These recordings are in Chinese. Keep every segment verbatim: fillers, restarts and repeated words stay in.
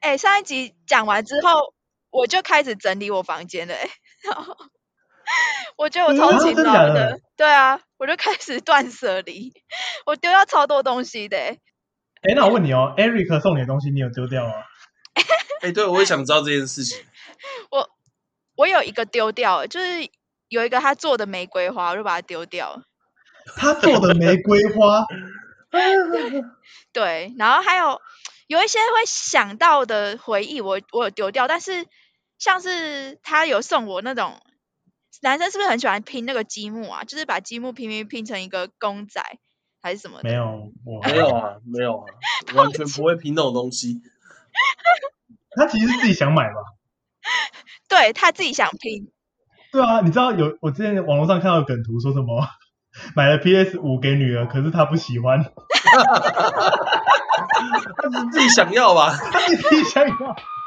哎、欸，上一集讲完之后，我就开始整理我房间了、欸，我觉得我超勤劳的， 的对啊，我就开始断舍离，我丢掉超多东西的、欸。 哎、欸，那我问你哦 ，Eric 送你的东西你有丢掉吗？ 哎、欸，对，我也想知道这件事情。 我我有一个丢掉，就是有一个他做的玫瑰花，我就把它丢掉。 他做的玫瑰花， 对，然后还有有一些会想到的回忆我，我我有丢掉，但是像是他有送我那种，男生是不是很喜欢拼那个积木啊？就是把积木拼拼拼成一个公仔还是什么的？ 没有，我没有啊，没有啊，完全不会拼那种东西。 他其实是自己想买吧？ 对，他自己想拼。 对啊，你知道有我之前网络上看到梗图说什么？买了 P S 五 给女儿，可是她不喜欢。 他是自己想要吧？ 他自己想要。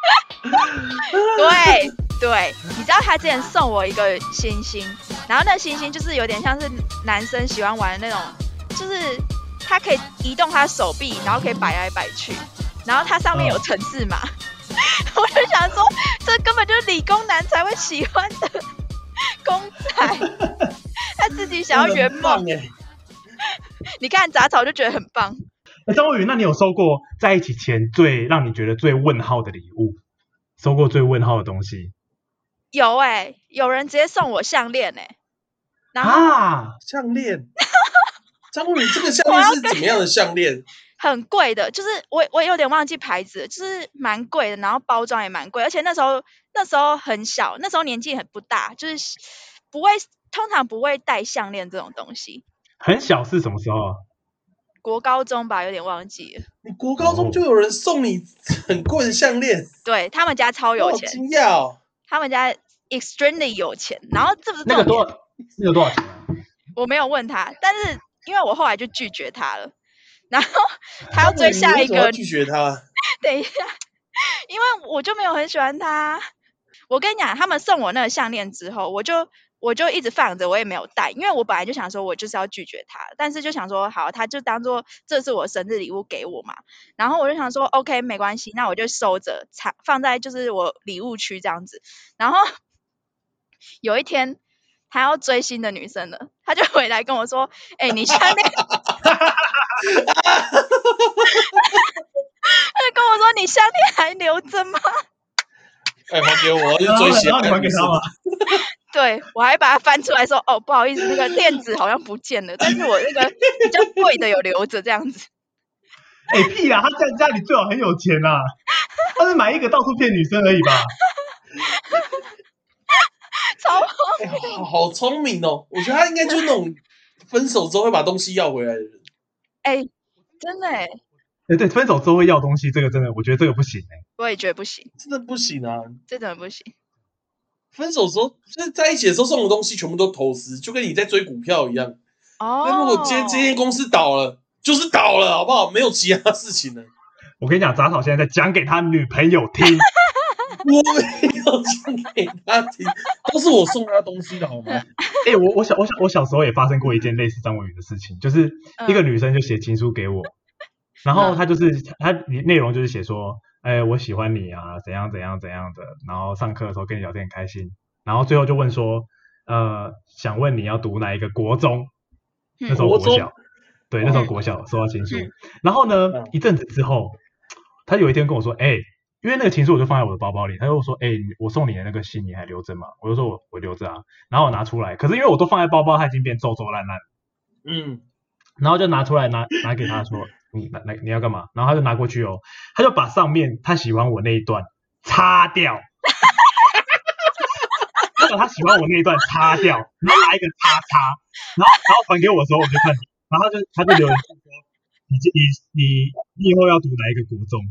对对，你知道他之前送我一个星星，然后那星星就是有点像是男生喜欢玩的那种，就是他可以移动他手臂，然后可以摆来摆去，然后它上面有程式码。嗯、我就想说，这根本就是理工男才会喜欢的公仔。他自己想要圆梦，你看杂草就觉得很棒。 哎、欸，张文宇，那你有收过在一起前最让你觉得最问号的礼物？收过最问号的东西？ 有哎、欸，有人直接送我项链哎、欸，然后啊， 项链。张文宇，这个项链是怎么样的项链？ 很贵的，就是我我有点忘记牌子，就是蛮贵的，然后包装也蛮贵，而且那时候那时候很小，那时候年纪很不大，就是不会。通常不会戴项链这种东西。 很小是什么时候啊？ 国高中吧，有点忘记了。 你国高中就有人送你很贵的项链？ 对，他们家超有钱。 好惊讶哦！ 他们家 extremely 有钱，然后这不是那个多少？那个多少钱？ 我没有问他，但是因为我后来就拒绝他了，然后他要追下一个。 拒绝他？ 等一下，因为我就没有很喜欢他。我跟你讲，他们送我那个项链之后，我就。我就一直放着，我也没有戴，因为我本来就想说，我就是要拒绝他，但是就想说，好，他就当做这是我生日礼物给我嘛，然后我就想说 ，OK， 没关系，那我就收着，放在就是我礼物区这样子。然后有一天，他要追新的女生了，他就回来跟我说，哎、欸，你项链，他就跟我说，你项链还留着吗？ 哎、欸，还给我，就追新的。 然后你还给他吗？ 对，我还把它翻出来说，哦，不好意思，那个链子好像不见了，但是我那个比较贵的有留着这样子。 哎、欸、屁啦，他家家里最好很有钱啦，他是买一个到处骗女生而已吧？ 超荒谬、欸，好聪明哦！我觉得他应该就是那种分手之后会把东西要回来的人。 哎、欸，真的哎、欸。 对对，分手之后会要东西，这个真的，我觉得这个不行哎、欸。 我也觉得不行， 真的不行啊！ 真的不行。 分手之后，就是在一起的时候送的东西全部都投资，就跟你在追股票一样。 哦。 那如果今天这间公司倒了，就是倒了，好不好？没有其他事情了。 我跟你讲，杂草现在在讲给他女朋友听。 我没有讲给他听，都是我送他东西的好吗？ 哎、欸，我我小我小我小时候也发生过一件类似张文宇的事情，就是一个女生就写情书给我，嗯、然后她就是她内容就是写说。哎，我喜欢你啊，怎样怎样怎样的，然后上课的时候跟你聊天很开心，然后最后就问说，呃，想问你要读哪一个国中？嗯、那时候国小，对，那时候国小收到情书，嗯、然后呢，嗯、一阵子之后，他有一天跟我说，哎，因为那个情书我就放在我的包包里，他就说，哎，我送你的那个信你还留着吗？我就说我我留着啊，然后我拿出来，可是因为我都放在包包，它已经变皱皱烂烂，嗯，然后就拿出来拿拿给他说。你拿你要干嘛？然后他就拿过去哦，他就把上面他喜欢我那一段擦掉，他把他喜欢我那一段擦掉，然后拿一个叉叉，然后然后还给我的时候我就看，然后他就他就留言说你你你你以后要读哪一个国中？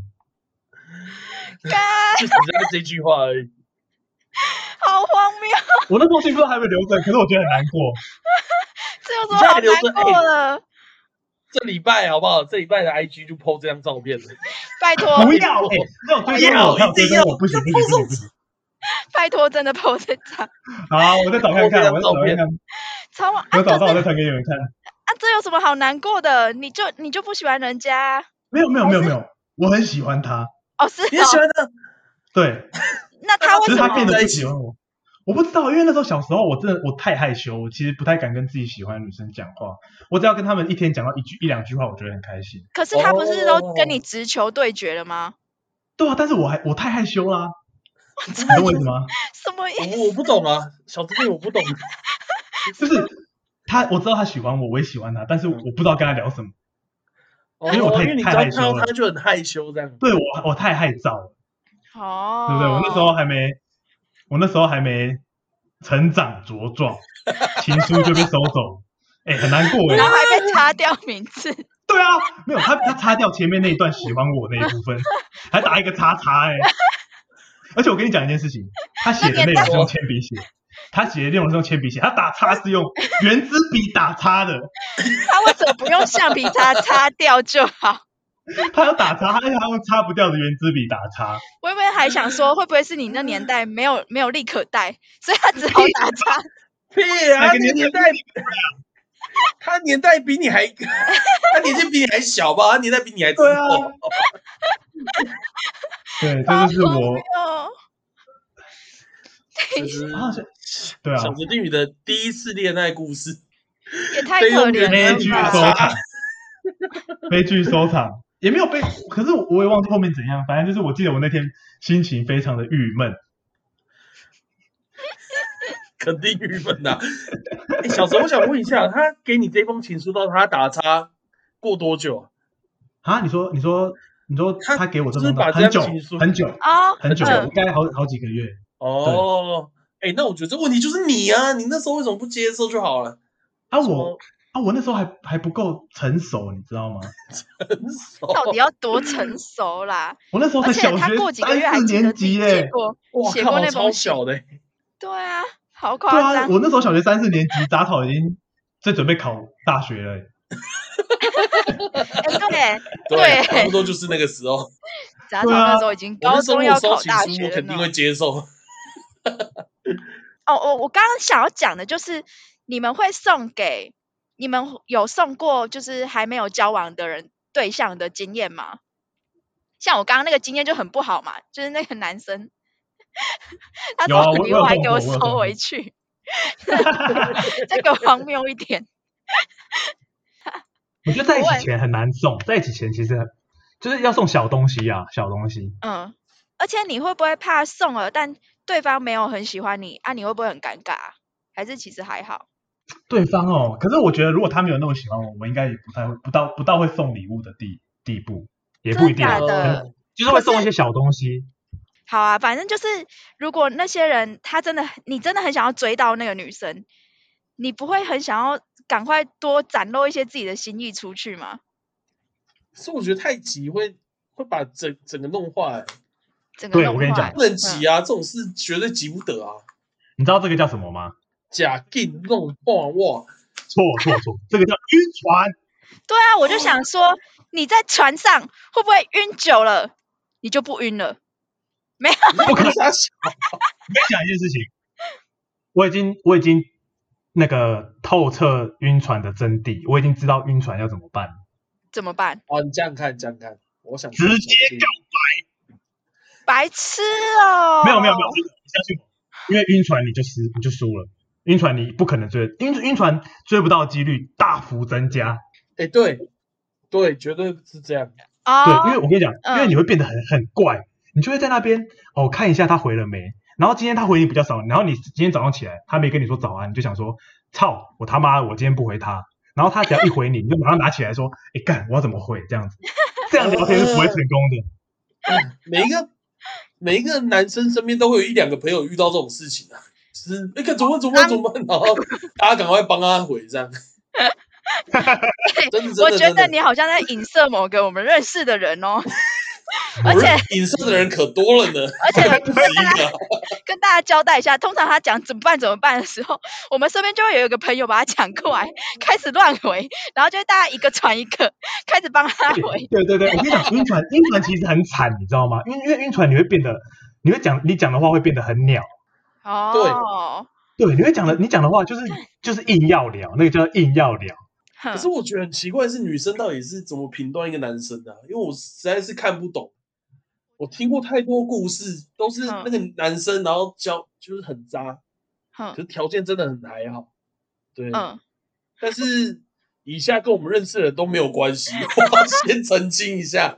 就只是这句话而已， 好荒谬！ 我那封信不知道还没留着，可是我觉得很难过。 这有什么好难过的？ 这礼拜好不好？这礼拜的 I G 就 po 这张照片了。 拜托， 不要，哎、欸，那种追踪我， 一定要， 不行不行不行不行。 拜托，真的 po 这张。 好，我再找看看，我再找看看。 超我找到，我再传给你们看。 啊，这有什么好难过的？你就你就不喜欢人家？ 没有没有没有没有，我很喜欢他。 哦，是哦， 你也喜欢他？ 对， 那他为什么只是他变得不喜欢我。我不知道，因为那时候小时候我真的我太害羞，我其实不太敢跟自己喜欢的女生讲话。我只要跟他们一天讲到一句一两句话，我觉得很开心。 可是他不是都跟你直球对决了吗？ 对啊，但是我还我太害羞啦，你懂我意思吗？ 什么意思？ 我我不懂啊，小弟弟我不懂。 就是他，我知道他喜欢我，我也喜欢他，但是我不知道跟他聊什么， 哦、 因为我太因为你只太害羞了， 要看到他就很害羞这样。 对我我太害臊了， 哦， 对不对？我那时候还没，我那时候还没成长茁壮，情书就被收走，哎、欸，很难过哎。 然后还被擦掉名字。 对啊，没有他他擦掉前面那一段喜欢我那一部分，还打一个叉叉哎、欸。而且我跟你讲一件事情，他写的内容是用铅笔写，他写的内容是用铅笔写，他打叉是用圆珠笔打叉的。 他为什么不用橡皮擦擦掉就好？ 他要打叉，而且他用擦不掉的圆珠笔打叉。 我原本还想说，会不会是你那年代没有没有立可带，所以他只好打叉。 屁啊！那个年代，他年代比你还，他年纪比你还小吧？他年代比你还之后。 对，这就是我。 这是对啊， 小泽定宇的第一次恋爱故事， 也太可怜了。 悲剧收场，悲剧收场也没有悲，可是我也忘记后面怎样。反正就是我记得我那天心情非常的郁闷。 肯定郁闷呐！欸，小泽，我想问一下，他给你这封情书到他打叉过多久啊？啊，你说，你说，你说他给我这封很久很久啊， 很久，应该好好几个月。 哦，哎，欸，那我觉得这问题就是你啊，你那时候为什么不接受就好了？ 啊，我啊，我那时候还还不够成熟，你知道吗？ 成熟， 到底要多成熟啦？ 我那时候才小学三四年级嘞， 哇，写过那封超小的。 对啊，好夸张。 对啊，我那时候小学三四年级，杂草已经在准备考大学了。 欸，对对，差不多就是那个时候。 杂草那时候已经高中要考大学了， 我肯定会接受。 哦，我我刚刚想要讲的就是，你们会送给你们有送过就是还没有交往的人对象的经验吗？像我刚刚那个经验就很不好嘛，就是那个男生，他送礼物还给我收回去，这个荒谬一点。 我觉得在一起前很难送，在一起前其实就是要送小东西啊，小东西。 嗯，而且你会不会怕送了，但对方没有很喜欢你啊？你会不会很尴尬？还是其实还好？ 对方哦，可是我觉得如果他没有那么喜欢我，我应该也不太会不到不到会送礼物的地地步，也不一定的， 就是会送一些小东西。 好啊，反正就是如果那些人他真的你真的很想要追到那个女生，你不会很想要赶快多展露一些自己的心意出去吗？ 所以我觉得太急会会把整整个弄坏。 整个弄坏， 对，我跟你讲， 不能急啊，嗯，这种事绝对急不得啊。 你知道这个叫什么吗？ 假劲弄化哇！ 错错错，这个叫晕船。 对啊，我就想说，你在船上会不会晕久了，你就不晕了？没有， 不可能。我跟你讲一件事情，我已经我已经那个透彻晕船的真谛，我已经知道晕船要怎么办。 怎么办？ 哦，你这样看，这样看，我想直接告白。 白痴哦！ 没有没有没有，你相信我，因为晕船你就失你就输了。晕船你不可能追，晕晕船追不到的几率大幅增加。 哎，对对，绝对是这样。 哦， 对，因为我跟你讲， 嗯、 因为你会变得很很怪，你就会在那边哦看一下他回了没，然后今天他回你比较少，然后你今天早上起来他没跟你说早安，你就想说操我他妈我今天不回他，然后他只要一回你，你就马上拿起来说哎干我要怎么回这样子，这样聊天是不会成功的。 嗯、每一个每一个男生身边都会有一两个朋友遇到这种事情啊。是，哎，看怎么办？怎么办？怎么办？然后大家赶快帮他回这样。真的，真的， 我觉得你好像在影射某个我们认识的人哦。而且影射的人可多了呢。 而且跟大家跟大家交代一下，通常他讲怎么办怎么办的时候，我们身边就会有一个朋友把他抢过来，开始乱回，然后就大家一个传一个，开始帮他回。 对对对，我跟你讲，晕船晕船其实很惨，你知道吗？因为因为晕船你会变得，你会讲你讲的话会变得很鸟。 哦， 对，对，你会讲的，你讲的话就是就是硬要聊，那个叫硬要聊。 可是我觉得很奇怪的是，女生到底是怎么评断一个男生的、啊？因为我实在是看不懂。 我听过太多故事，都是那个男生，然后交就是很渣， 嗯、 可是条件真的很还好，对， 嗯， 但是以下跟我们认识的人都没有关系，我要先澄清一下。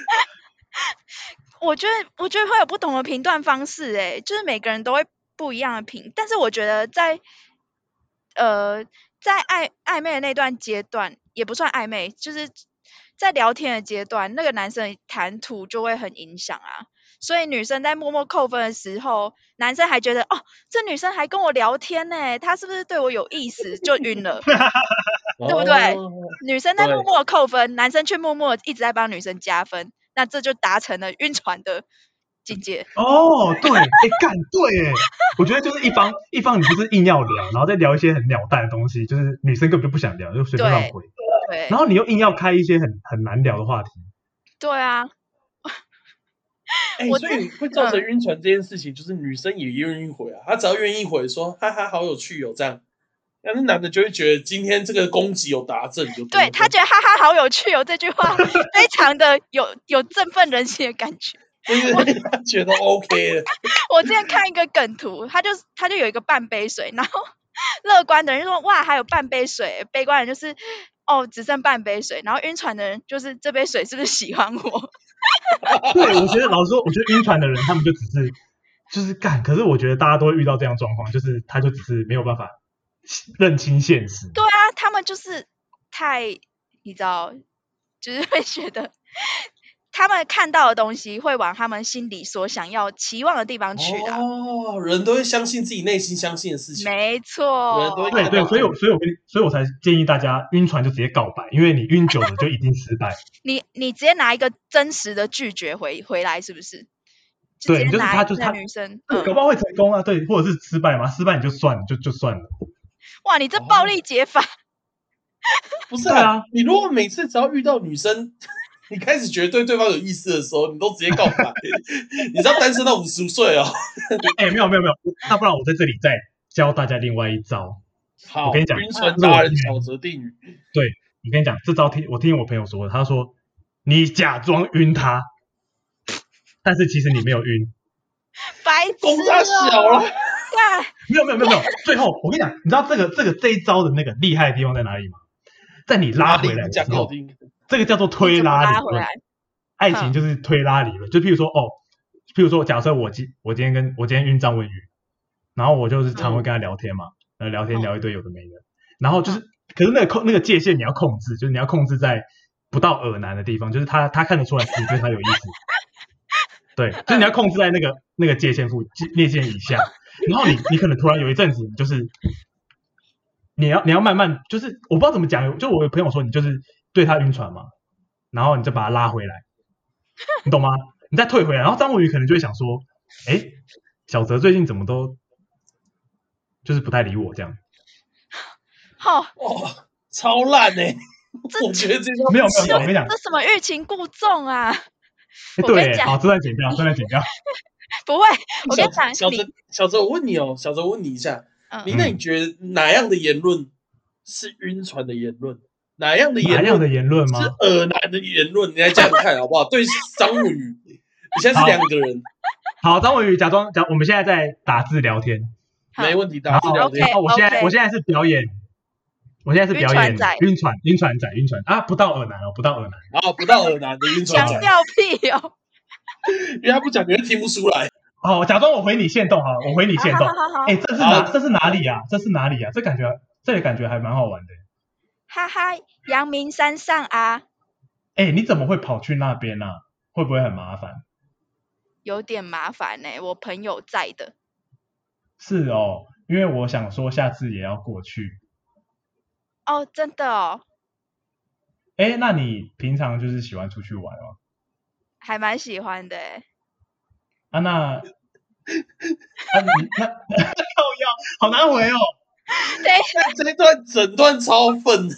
我觉得，我觉得会有不同的评断方式，诶，就是每个人都会不一样的评。但是我觉得在，呃，在暧暧昧的那段阶段，也不算暧昧，就是在聊天的阶段，那个男生的谈吐就会很影响啊。所以女生在默默扣分的时候，男生还觉得哦，这女生还跟我聊天呢，她是不是对我有意思？就晕了，对不对？ 哦、 女生在默默扣分，男生却默默一直在帮女生加分。那这就达成了晕船的境界。 哦，对，哎，干对，哎，我觉得就是一方一方你就是硬要聊，然后再聊一些很鸟蛋的东西，就是女生根本就不想聊，就随便乱回。 对。 然后你又硬要开一些很很难聊的话题。 对啊。 哎、欸，所以会造成晕船这件事情，就是女生也愿意回啊，她只要愿意回说哈哈好有趣哦这样，那那男的就会觉得今天这个攻击有达阵，就对他觉得哈哈好有趣哦这句话非常的有有振奋人心的感觉， 就是他觉得 OK 了。 我之前看一个梗图，他就他就有一个半杯水，然后乐观的人就说哇还有半杯水，悲观人就是哦只剩半杯水，然后晕船的人就是这杯水是不是喜欢我？ 对，我觉得老实说，我觉得晕船的人他们就只是就是干，可是我觉得大家都会遇到这样状况，就是他就只是没有办法认清现实。 对啊，他们就是太你知道，就是会觉得他们看到的东西会往他们心里所想要期望的地方去的。 哦，人都会相信自己内心相信的事情。 没错。 对对，所以我所以我跟所以我才建议大家晕船就直接告白，因为你晕久了就一定失败。 你你直接拿一个真实的拒绝回回来，是不是？ 对，就是他就是他女生， 嗯、搞不好会成功啊，对，或者是失败嘛，失败你就算了，就就算了。 哇，你这暴力解法。哦、 不是啊，你如果每次只要遇到女生，你开始觉得对对方有意思的时候，你都直接告白，你知道单身到五十岁哦。 哎、欸，没有没有没有，那不然我在这里再教大家另外一招。 好， 我跟你讲， 晕船达人小泽定语。 对，我跟你讲，这招听我听我朋友说的，他说你假装晕他，但是其实你没有晕。 白痴、哦， 公差小了。 没有没有没有没有，最后我跟你讲，你知道这个这个这一招的那个厉害的地方在哪里吗？在你拉回来的时候，这个叫做推拉理论。爱情就是推拉理论，就譬如说哦，譬如说假设我今我今天跟我今天晕张文宇，然后我就是常会跟他聊天嘛，呃、嗯、聊天聊一堆有的没的，然后就是、嗯、可是那个控那个界限你要控制，就是你要控制在不到耳男的地方，就是他他看得出来你对他有意思，对，就是你要控制在那个那个界限附界限以下，然后你你可能突然有一阵子你就是你要你要慢慢就是我不知道怎么讲，就我有朋友说你就是对他晕船嘛，然后你就把他拉回来。你懂吗？你再退回来，然后张文宇可能就会想说，哎，小泽最近怎么都就是不太理我这样。 好、 哦，超烂哎、欸！我觉得这招没有没有，我跟你讲， 这什么欲擒故纵啊！ 对，好，这段剪掉，这段剪掉。 不会，我跟你讲， 小泽小泽，我问你哦，小泽，我问你一下， 嗯、 你那你觉得哪样的言论是晕船的言论？哪样的言论？ 哪样的言论吗？ 是恶男的言论，你来这样看好不好？对张文宇，你现在是两个人。 好，张文宇假装假，我们现在在打字聊天， 没问题，打字聊天。 然后我现在、okay, 我现在是表演，我现在是表演晕船晕船晕船仔晕船啊，不到耳男哦，不到耳男。 啊，不到耳男的晕船仔。 强调屁哦！ 因为他不讲，你会听不出来。 好，假装我回你限动好了，我回你限动。哎、欸，这是哪？这是哪里啊？这是哪里啊？这感觉，这里感觉还蛮好玩的。 哈哈，阳明山上啊！ 哎、欸，你怎么会跑去那边啊？会不会很麻烦？ 有点麻烦呢、欸，我朋友在的。 是哦，因为我想说下次也要过去。 哦，真的哦。 哎、欸，那你平常就是喜欢出去玩哦？ 还蛮喜欢的哎、欸。 啊，那，啊你那靠腰，好难回哦。 等一下， 这一段整段超愤。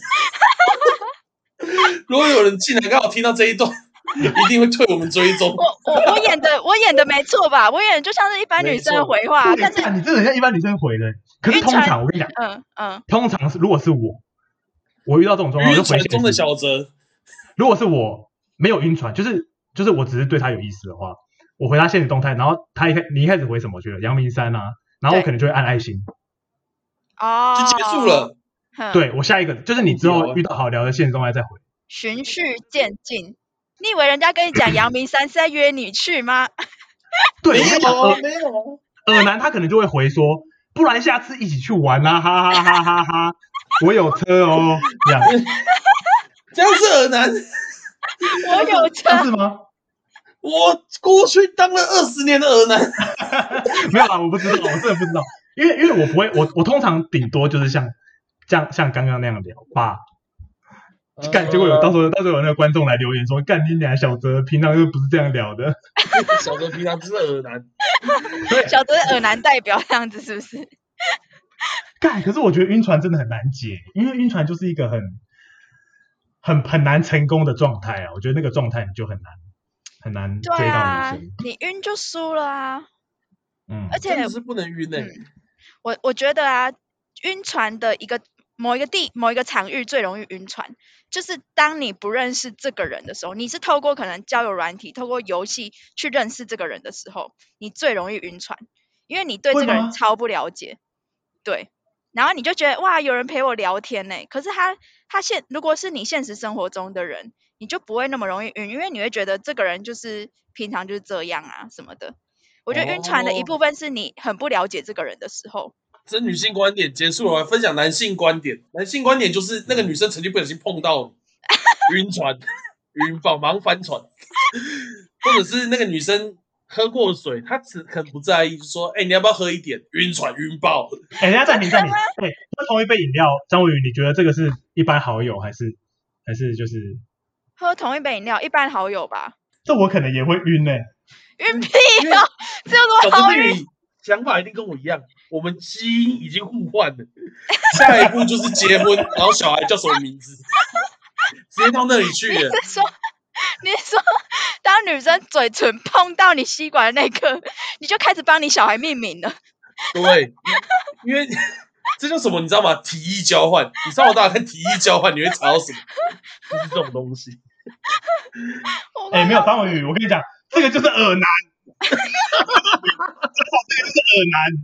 如果有人进来刚好听到这一段，一定会退我们追踪。 我我我演的我演的没错吧？我演的就像是一般女生的回话，但是你真的很像一般女生回的。可是通常我跟你讲， 嗯嗯， 通常是如果是我，我遇到这种状况， 晕船中的小泽， 如果是我没有晕船，就是就就是我只是对他有意思的话，我回他现实动态，然后他一开你一开始回什么去了？阳明山啊，然后我可能就会按爱心， 哦， 就结束了。 对，我下一个就是你之后遇到好聊的现实动态再回， 循序渐进。你以为人家跟你讲阳明山是在约你去吗？ 对， 没有没有， 耳男他可能就会回说，不然下次一起去玩啊，哈哈哈哈哈！我有车哦，这样， 这样是耳男。 我有车是吗？ 我过去当了二十年的耳男。 没有啦，我不知道，我真的不知道，因为因为我不会，我我通常顶多就是像像像刚刚那样聊吧。干，结果有到时候到时候有那个观众来留言说，干你俩小泽平常就不是这样聊的。 小泽平常就是耳男， 小泽耳男代表这样子是不是？ 干，可是我觉得晕船真的很难解，因为晕船就是一个很很很难成功的状态啊。我觉得那个状态你就很难很难追到女生。 啊、你晕就输了啊。 嗯， 而且真的是不能晕诶、欸嗯。我我觉得啊，晕船的一个某一个地某一个场域最容易晕船，就是当你不认识这个人的时候，你是透过可能交友软体、透过游戏去认识这个人的时候，你最容易晕船，因为你对这个人超不了解，对，然后你就觉得哇，有人陪我聊天呢，可是他他现如果是你现实生活中的人，你就不会那么容易晕，因为你会觉得这个人就是平常就是这样啊什么的。我觉得晕船的一部分是你很不了解这个人的时候。 这女性观点结束了，我来分享男性观点。男性观点就是那个女生曾经不小心碰到晕船、晕爆、忙翻船，或者是那个女生喝过水，她只可能不在意，就说：“哎、欸，你要不要喝一点？”晕船、晕爆。 哎、欸，人家暂停暂停。哎，喝同一杯饮料，张文宇，你觉得这个是一般好友还是还是就是喝同一杯饮料，一般好友吧？ 这我可能也会晕呢、欸。 晕屁哦！这有什么好晕？ 想法一定跟我一样，我们基因已经互换了，下一步就是结婚，然后小孩叫什么名字，直接到那里去了。 你是说，你是说，当女生嘴唇碰到你吸管的那一刻，你就开始帮你小孩命名了？ 对，因为这叫什么，你知道吗？体液交换。你上网大家看体液交换，你会查到什么？就是这种东西。 哎、欸，没有张文宇，我跟你讲，这个就是耳男。这个就是耳男，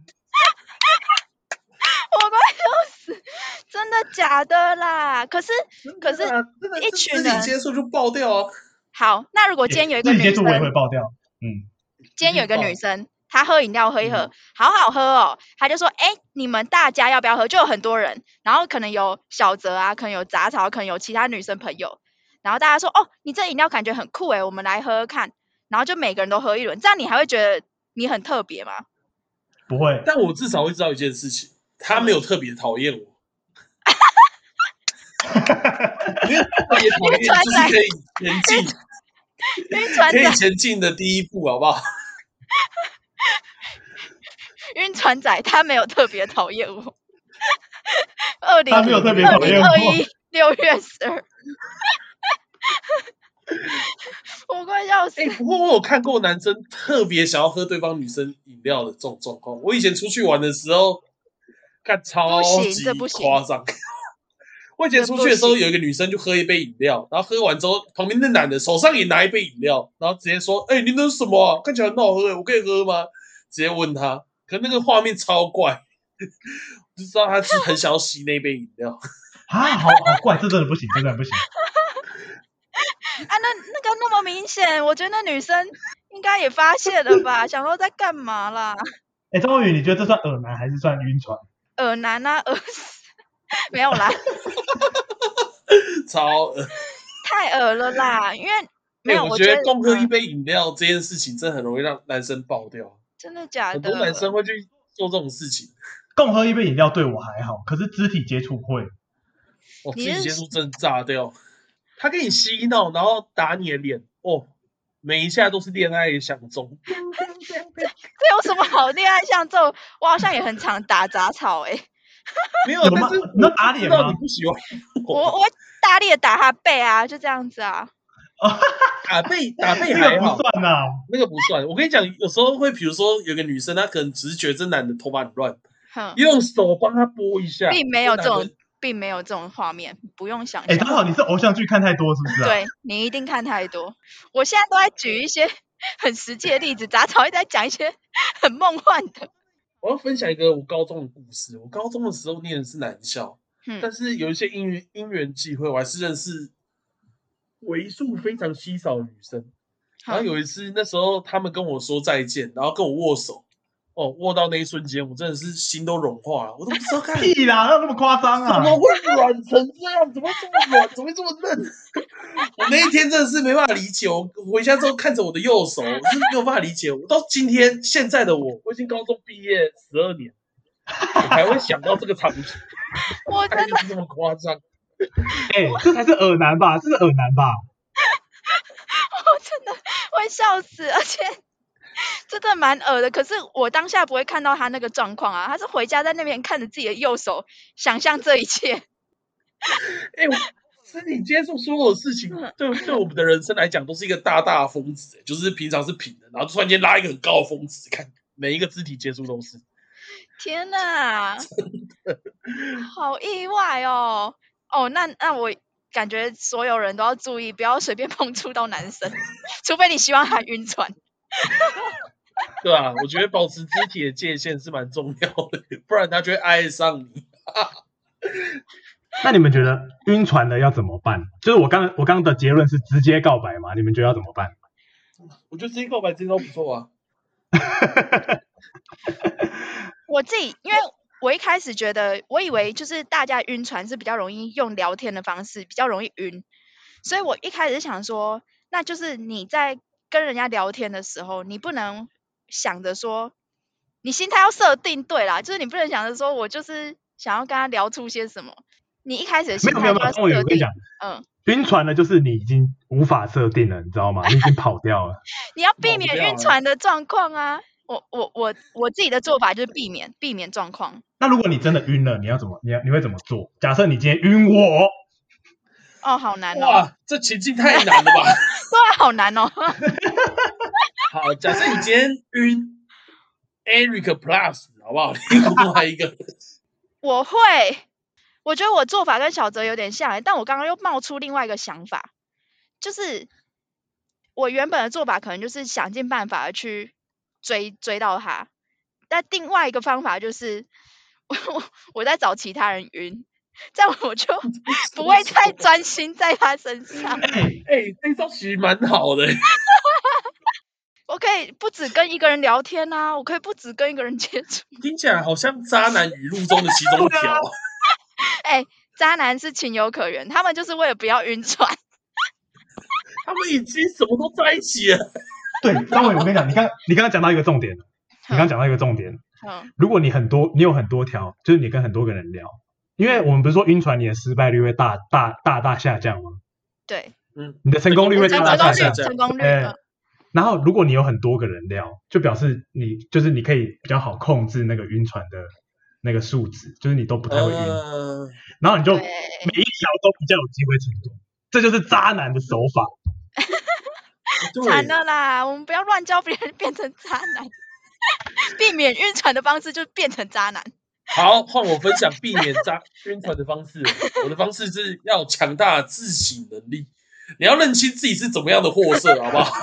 我快笑死！真的假的啦？可是可是，一群人接触就爆掉啊！ 好，那如果今天有一个女生， 接触我也会爆掉。嗯， 今天有一个女生，她喝饮料喝一喝，嗯、好好喝哦，她就说：“哎、欸，你们大家要不要喝？”就有很多人，然后可能有小泽啊，可能有杂草，可能有其他女生朋友，然后大家说：“哦，你这饮料感觉很酷哎，我们来喝喝看。”然后就每个人都喝一轮，这样你还会觉得你很特别吗？ 不会， 但我至少会知道一件事情，他没有特别讨厌我。因为特别讨厌就是可以前进，可以前进的第一步，好不好？ 晕船仔他没有特别讨厌我，二零他没有特别讨厌我。 二一六月十二。我快笑死！ 哎、欸，不过我有看过男生特别想要喝对方女生饮料的这种状况。我以前出去玩的时候，看超级夸张。我以前出去的时候，有一个女生就喝一杯饮料，然后喝完之后，旁边的男的手上也拿一杯饮料，然后直接说：“哎、欸，你那是什么啊？看起来很好喝，我可以喝吗？”直接问他，可那个画面超怪，就知道他是很想要吸那杯饮料。 啊，好好怪，这真的不行，真的不行。 啊，那那个那么明显，我觉得那女生应该也发现了吧，想说在干嘛啦？ 哎、欸，张文宇，你觉得这算耳男还是算晕船？ 耳男啊，耳没有啦， 超恶， 太恶了啦！因为没有， 欸、我觉得共喝一杯饮料这件事情，真的很容易让男生爆掉。 真的假的？ 很多男生会去做这种事情。 共喝一杯饮料对我还好，可是肢体接触会。 哦，肢体接触真的炸掉。他给你嬉闹，然后打你的脸，哦，每一下都是恋爱相中。 这有什么好恋爱相中？我好像也很常打杂草哎、欸。 没有，但是你打脸吗？ 你不喜欢我，我会大力的打他背啊，就这样子啊。 打背打背还好， 那个不算啊， 那个不算。我跟你讲，有时候会，比如说有个女生，她可能只是觉得这男的头发很乱，用手帮他拨一下， 并没有这种。 并没有这种画面，不用想象。 哎，刚好你是偶像剧看太多是不是啊？ 对，你一定看太多。我现在都在举一些很实际的例子，杂草一直在讲一些很梦幻的。 我要分享一个我高中的故事。我高中的时候念的是男校， 嗯、 但是有一些因缘因缘际会，我还是认识为数非常稀少的女生。然后有一次，那时候他们跟我说再见，然后跟我握手。哦，握到那一瞬间，我真的是心都融化了，我都不知道看屁啦，那那么夸张啊？ 怎么会软成这样？怎么会这么软？怎么会这么嫩？我那一天真的是没办法理解。我回家之后看着我的右手，我是没有办法理解。我到今天现在的我，我已经高中毕业十二年，我还会想到这个场景， 我真的是这么夸张。 哎、欸，这才是耳男吧？这是耳男吧？ 我真的会笑死，而且。真的蛮恶的，可是我当下不会看到他那个状况啊，他是回家在那边看着自己的右手，想象这一切。 哎、欸，身体接触所有的事情，对对我们的人生来讲，都是一个大大的峰值，就是平常是平的，然后突然间拉一个很高的峰值，看每一个肢体接触都是。 天哪，好意外哦！哦，那那我感觉所有人都要注意，不要随便碰触到男生，除非你希望他晕船。 对啊，我觉得保持肢体的界限是蛮重要的，不然他就会爱上你。 那你们觉得晕船的要怎么办？就是我刚我刚的结论是直接告白嘛？你们觉得要怎么办？ 我觉得直接告白这招不错啊。 我自己，因为我一开始觉得，我以为就是大家晕船是比较容易用聊天的方式，比较容易晕，所以我一开始想说，那就是你在跟人家聊天的时候，你不能想着说，你心态要设定对啦，就是你不能想着说我就是想要跟他聊出些什么，你一开始的心态就要设定。 没有没有没有，我跟你讲，嗯，晕船的就是你已经无法设定了，你知道吗？你已经跑掉了。 你要避免晕船的状况啊！我我我我自己的做法就是避免避免状况。 那如果你真的晕了，你要怎么？你要你会怎么做？假设你今天晕我。 哦，好难哦！ 哇，这情境太难了吧？ 对啊，好难哦。 好，假设你今天晕 Eric Plus， 好不好？另外一个， 我会，我觉得我做法跟小泽有点像，但我刚刚又冒出另外一个想法，就是我原本的做法可能就是想尽办法的去追追到他，但另外一个方法就是我我在找其他人晕。这样我就不会太专心在他身上。 哎、欸，这招其实蛮好的。 我可以不只跟一个人聊天啊，我可以不只跟一个人接触。 听起来好像渣男语录中的其中一条。 哎、欸，渣男是情有可原，他们就是为了不要晕船。 他们已经什么都在一起了。 对，张伟，我跟你讲，你刚你刚刚讲到一个重点，你刚刚讲到一个重点。 嗯， 如果你很多，你有很多条，就是你跟很多个人聊。因为我们不是说晕船你的失败率会大大大大下降吗？ 对， 嗯， 你的成功率会大大下降。 成功率。 欸、然后如果你有很多个人聊，就表示你就是你可以比较好控制那个晕船的那个数值，就是你都不太会晕，呃、然后你就每一条都比较有机会成功，这就是渣男的手法。 惨了啦，我们不要乱教别人变成渣男，避免晕船的方式就是变成渣男。 好，换我分享避免渣晕船的方式。我的方式是要强大的自省能力，你要认清自己是怎么样的货色，好不好？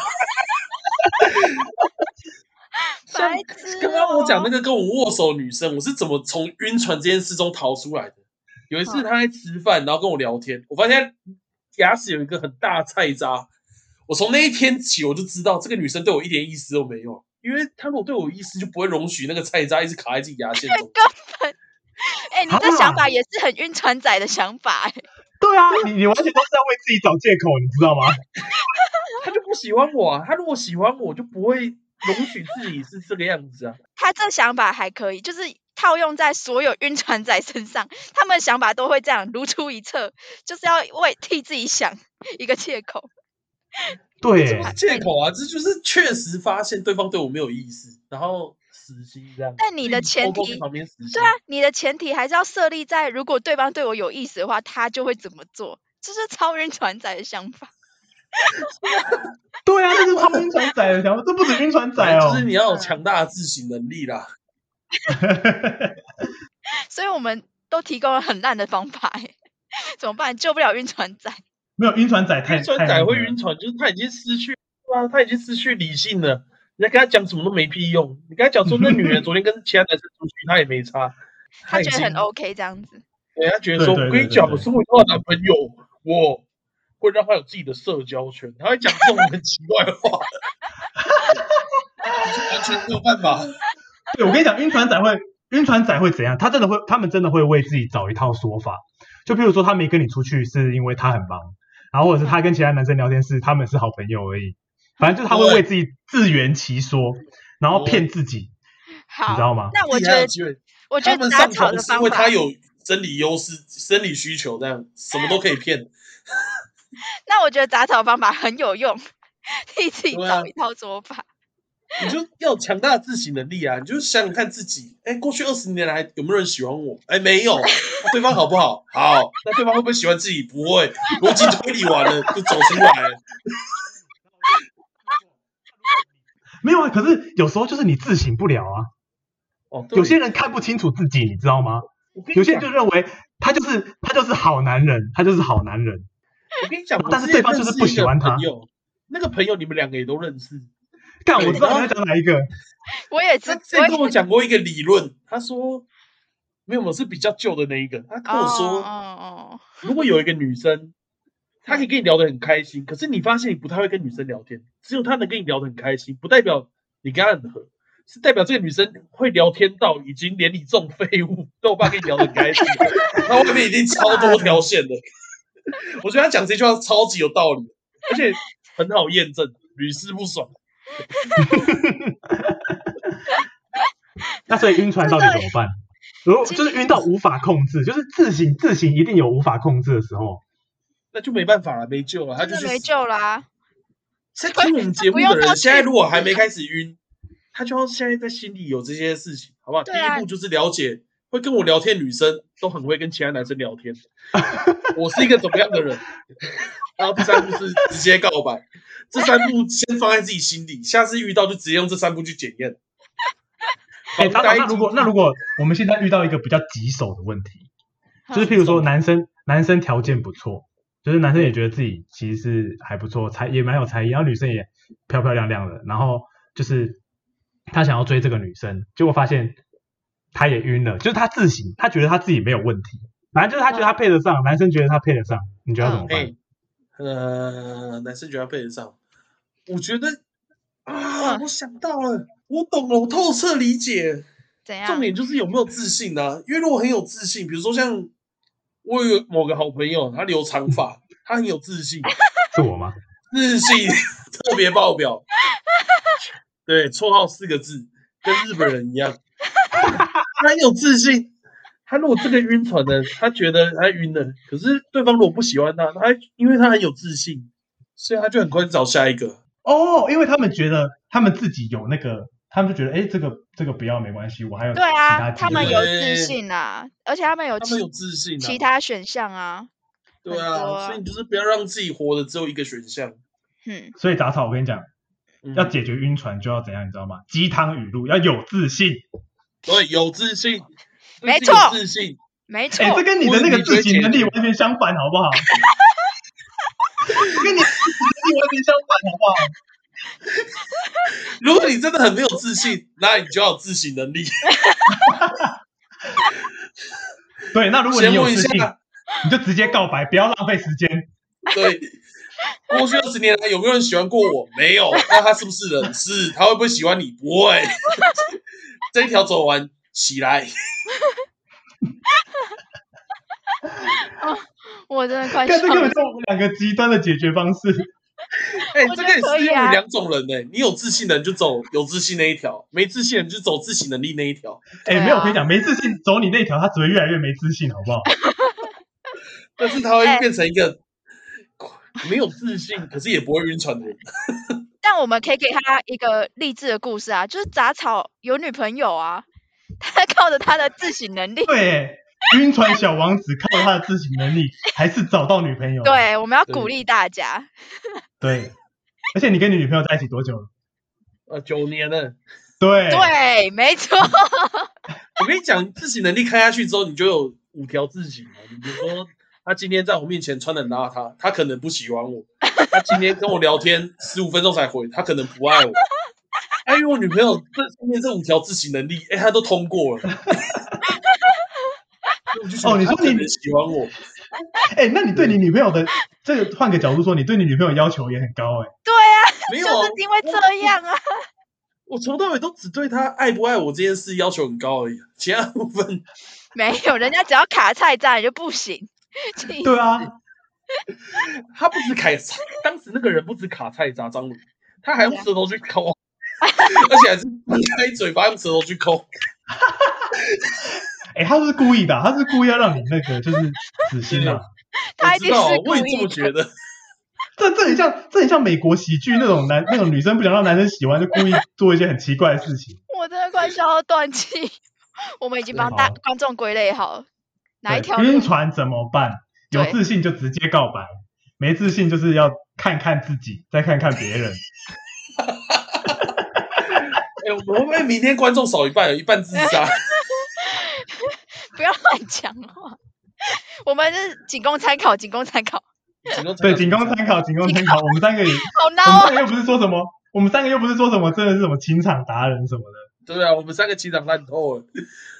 像刚刚我讲那个跟我握手的女生，我是怎么从晕船这件事中逃出来的？有一次她在吃饭，然后跟我聊天，我发现牙齿有一个很大的菜渣。我从那一天起，我就知道这个女生对我一点意思都没有。因为他如果对我有意思，就不会容许那个菜渣一直卡在自己牙线中。 根本，哎、欸，你这想法也是很晕船仔的想法、欸，哎。 对啊，你你完全都是在为自己找借口，你知道吗？ 他就不喜欢我啊，他如果喜欢我，就不会容许自己是这个样子啊。 他这想法还可以，就是套用在所有晕船仔身上，他们的想法都会这样如出一辙，就是要为替自己想一个借口。 对， 借口啊，这就是确实发现对方对我没有意思，然后死心这样。 但你的前提，对啊，你的前提还是要设立在，如果对方对我有意思的话，他就会怎么做，这是超晕船仔的想法。 对啊，这是超晕船仔的想法，这不止晕船仔哦， 就是你要有强大的自省能力啦。 所以我们都提供了很烂的方法、欸，怎么办？救不了晕船仔。 没有晕船仔太， 晕船仔会晕船，就是他已经失去，对啊，他已经失去理性了。你在跟他讲什么都没屁用。你跟他讲说那女人昨天跟其他男生出去，他也没差， 他觉得很 OK 这样子。 对，他觉得说，我跟你讲，我身为他的男朋友，我会让他有自己的社交圈，他会讲这种很奇怪的话，完全没有办法。 对，我跟你讲，晕船仔会，晕船仔会怎样？他真的会，他们真的会为自己找一套说法。就譬如说，他没跟你出去是因为他很忙，然后或者是他跟其他男生聊天是他们是好朋友而已。反正就是他会为自己自圆其说，然后骗自己，你知道吗？ 那我觉得，我觉得打草的方法， 因为他有生理优势、生理需求，这样什么都可以骗。 那我觉得打草方法很有用，替自己找一套说法。 你就要有强大的自省能力啊！你就想想看自己，哎，过去二十年来有没有人喜欢我？哎，没有。那对方好不好？好。那对方会不会喜欢自己？不会。逻辑推理完了就走出来了。 没有啊，可是有时候就是你自省不了啊。 哦， 有些人看不清楚自己，你知道吗？有些人就认为他就是他就是好男人，他就是好男人。 我跟你讲， 但是对方就是不喜欢他。 那个朋友你们两个也都认识。 干，我知道你要讲哪一个。 我也知道。 他之前跟我讲过一个理论，他说没有，我是比较旧的那一个。他跟我说，哦哦，如果有一个女生，她可以跟你聊得很开心，可是你发现你不太会跟女生聊天，只有她能跟你聊得很开心，不代表你跟她很合，是代表这个女生会聊天到已经连你这种废物都有办法跟你聊得很开心，那外面已经超多条线了。我觉得他讲这句话超级有道理，而且很好验证，屡试不爽。 那所以晕船到底怎么办？如果就是晕到无法控制，就是自省自省一定有无法控制的时候， 那就没办法了，没救了，他就是没救啦、啊。 在听我们节目的人，现在如果还没开始晕，他就要现在在心里有这些事情，好不好？啊、第一步就是了解，会跟我聊天女生都很会跟其他男生聊天，我是一个怎么样的人？然后第三步是直接告白。这三步先放在自己心里，下次遇到就直接用这三步去检验。 哎、欸，那如果那如果我们现在遇到一个比较棘手的问题，就是譬如说男生男生条件不错，就是男生也觉得自己其实是还不错，才也蛮有才艺，然后女生也漂漂亮亮的，然后就是他想要追这个女生，结果发现他也晕了，就是他自省，他觉得他自己没有问题，反正就是他觉得他配得上，男生觉得他配得上，你觉得怎么办？ 欸、呃，男生觉得他配得上。我觉得啊，我想到了，我懂了，我透彻理解。 怎样？ 重点就是有没有自信啊？因为如果很有自信，比如说像我有某个好朋友，他留长发，他很有自信。 是我吗？ 自信特别爆表。对，绰号四个字，跟日本人一样。他很有自信。他如果这个晕船的，他觉得他晕了，可是对方如果不喜欢他，他因为他很有自信，所以他就很快找下一个。 哦，因为他们觉得他们自己有那个，他们就觉得，哎，这个这个不要没关系，我还有其他对啊，他们有自信啊，而且他们有他们有自信、啊， 其他选项啊。 对啊，啊所以你就是不要让自己活的只有一个选项。 嗯， 所以杂草，我跟你讲，嗯、要解决晕船就要怎样，你知道吗？鸡汤语录要有自信。 对，有自信， 没错， 自信， 没错。 哎、欸，这跟你的那个自省能力完全相反，好不好？跟你自省能力完全相反，好不好？ 如果你真的很没有自信，那你就要有自省能力。 对，那如果你有自信，你就直接告白，不要浪费时间。 对，过去二十年来有没有人喜欢过我？没有。那他是不是人？是。他会不会喜欢你？不会。这一条走完，起来。 哦，我真的快笑了。这根本就两个极端的解决方式。 哎、欸，这个也适用于两种人呢、欸。你有自信的人就走有自信那一条，没自信的人就走自省能力那一条。 哎、欸啊，没有，我跟你讲，没自信走你那一条，他只会越来越没自信，好不好？ 但是他会变成一个没有自信，可是也不会晕船的人。 但我们可以给他一个励志的故事啊，就是杂草有女朋友啊，他靠着他的自省能力。 对。晕船小王子靠他的自省能力，还是找到女朋友。 对，我们要鼓励大家。 对，而且你跟你女朋友在一起多久了？ 呃，九年了。 对对，没错。 我跟你讲，自省能力开下去之后，你就有五条自己嘛。你比如说，他今天在我面前穿的邋遢，他可能不喜欢我；他今天跟我聊天十五分钟才回，他可能不爱我。哎，因为我女朋友这上面这五条自己能力，哎，她都通过了。 哦，你说你喜欢我， 哎、欸，那你对你女朋友的这个换个角度说，你对你女朋友要求也很高哎、欸。 对啊， 没有就是因为这样啊。 我从到尾都只对她爱不爱我这件事要求很高而已，其他部分没有，人家只要卡菜渣你就不行。 对啊， 他不止卡，当时那个人不止卡菜渣张鲁，他还用舌头去抠，而且还是张开嘴巴用舌头去抠。 哎、欸，他是故意的、啊，他是故意要让你那个就是死心啊。 他一定是故意的， 我也这么觉得。 这这很像，这很像美国喜剧那种男那种女生不想让男生喜欢，就故意做一些很奇怪的事情。 我真的快笑到断气。我们已经帮大观众归类好了，哪一条路？ 晕船怎么办？有自信就直接告白，没自信就是要看看自己，再看看别人。 哎、欸，我们会不会明天观众少一半，有一半自杀？ 不要乱讲话，我们是仅供参考，仅供参考。 对，仅供参考，仅供参考。我们三个也， 好孬、 啊、我们三个又不是说什么，我们三个又不是说什么，真的是什么情场达人什么的。 对啊，我们三个情场烂透了。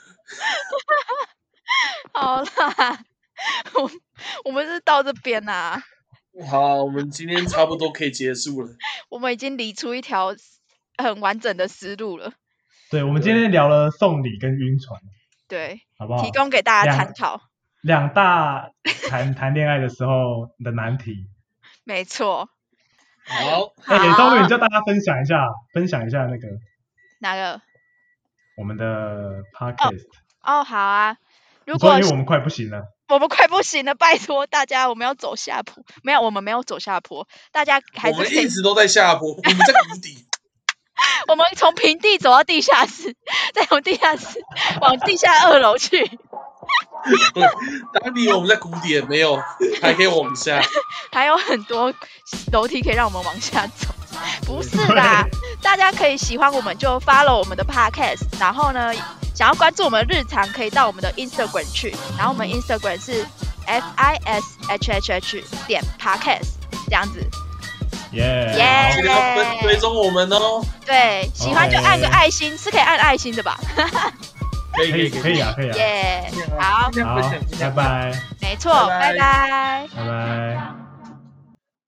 好啦，我我们是到这边啦、啊。 好，我们今天差不多可以结束了。 我们已经理出一条很完整的思路了。 对，我们今天聊了送礼跟晕船。 对， 好不好？ 提供给大家参考。 两大谈谈恋爱的时候的难题。 没错。 好， 哎、欸，稍微你叫大家分享一下，分享一下那个哪个？ 我们的 podcast。 哦，哦好啊。如果因为我们快不行了。 我们快不行了，拜托大家，我们要走下坡。没有，我们没有走下坡，大家还是我们一直都在下坡，我们在谷底。 我们从平地走到地下室，再从地下室往地下二楼去。 当你以为我们在谷底，没有，还可以往下， 还有很多楼梯可以让我们往下走。不是啦，大家可以喜欢我们就 follow 我们的 podcast， 然后呢，想要关注我们的日常，可以到我们的 Instagram 去，然后我们 Instagram 是 F I S H H H 点 podcast 这样子。 耶！ 耶！ 记得要分追踪我们哦。 对，喜欢就按个爱心， okay. 是可以按爱心的吧？ 可以可以可以啊，可以啊。 耶！好， 好，拜拜。 没错，拜拜。 拜拜。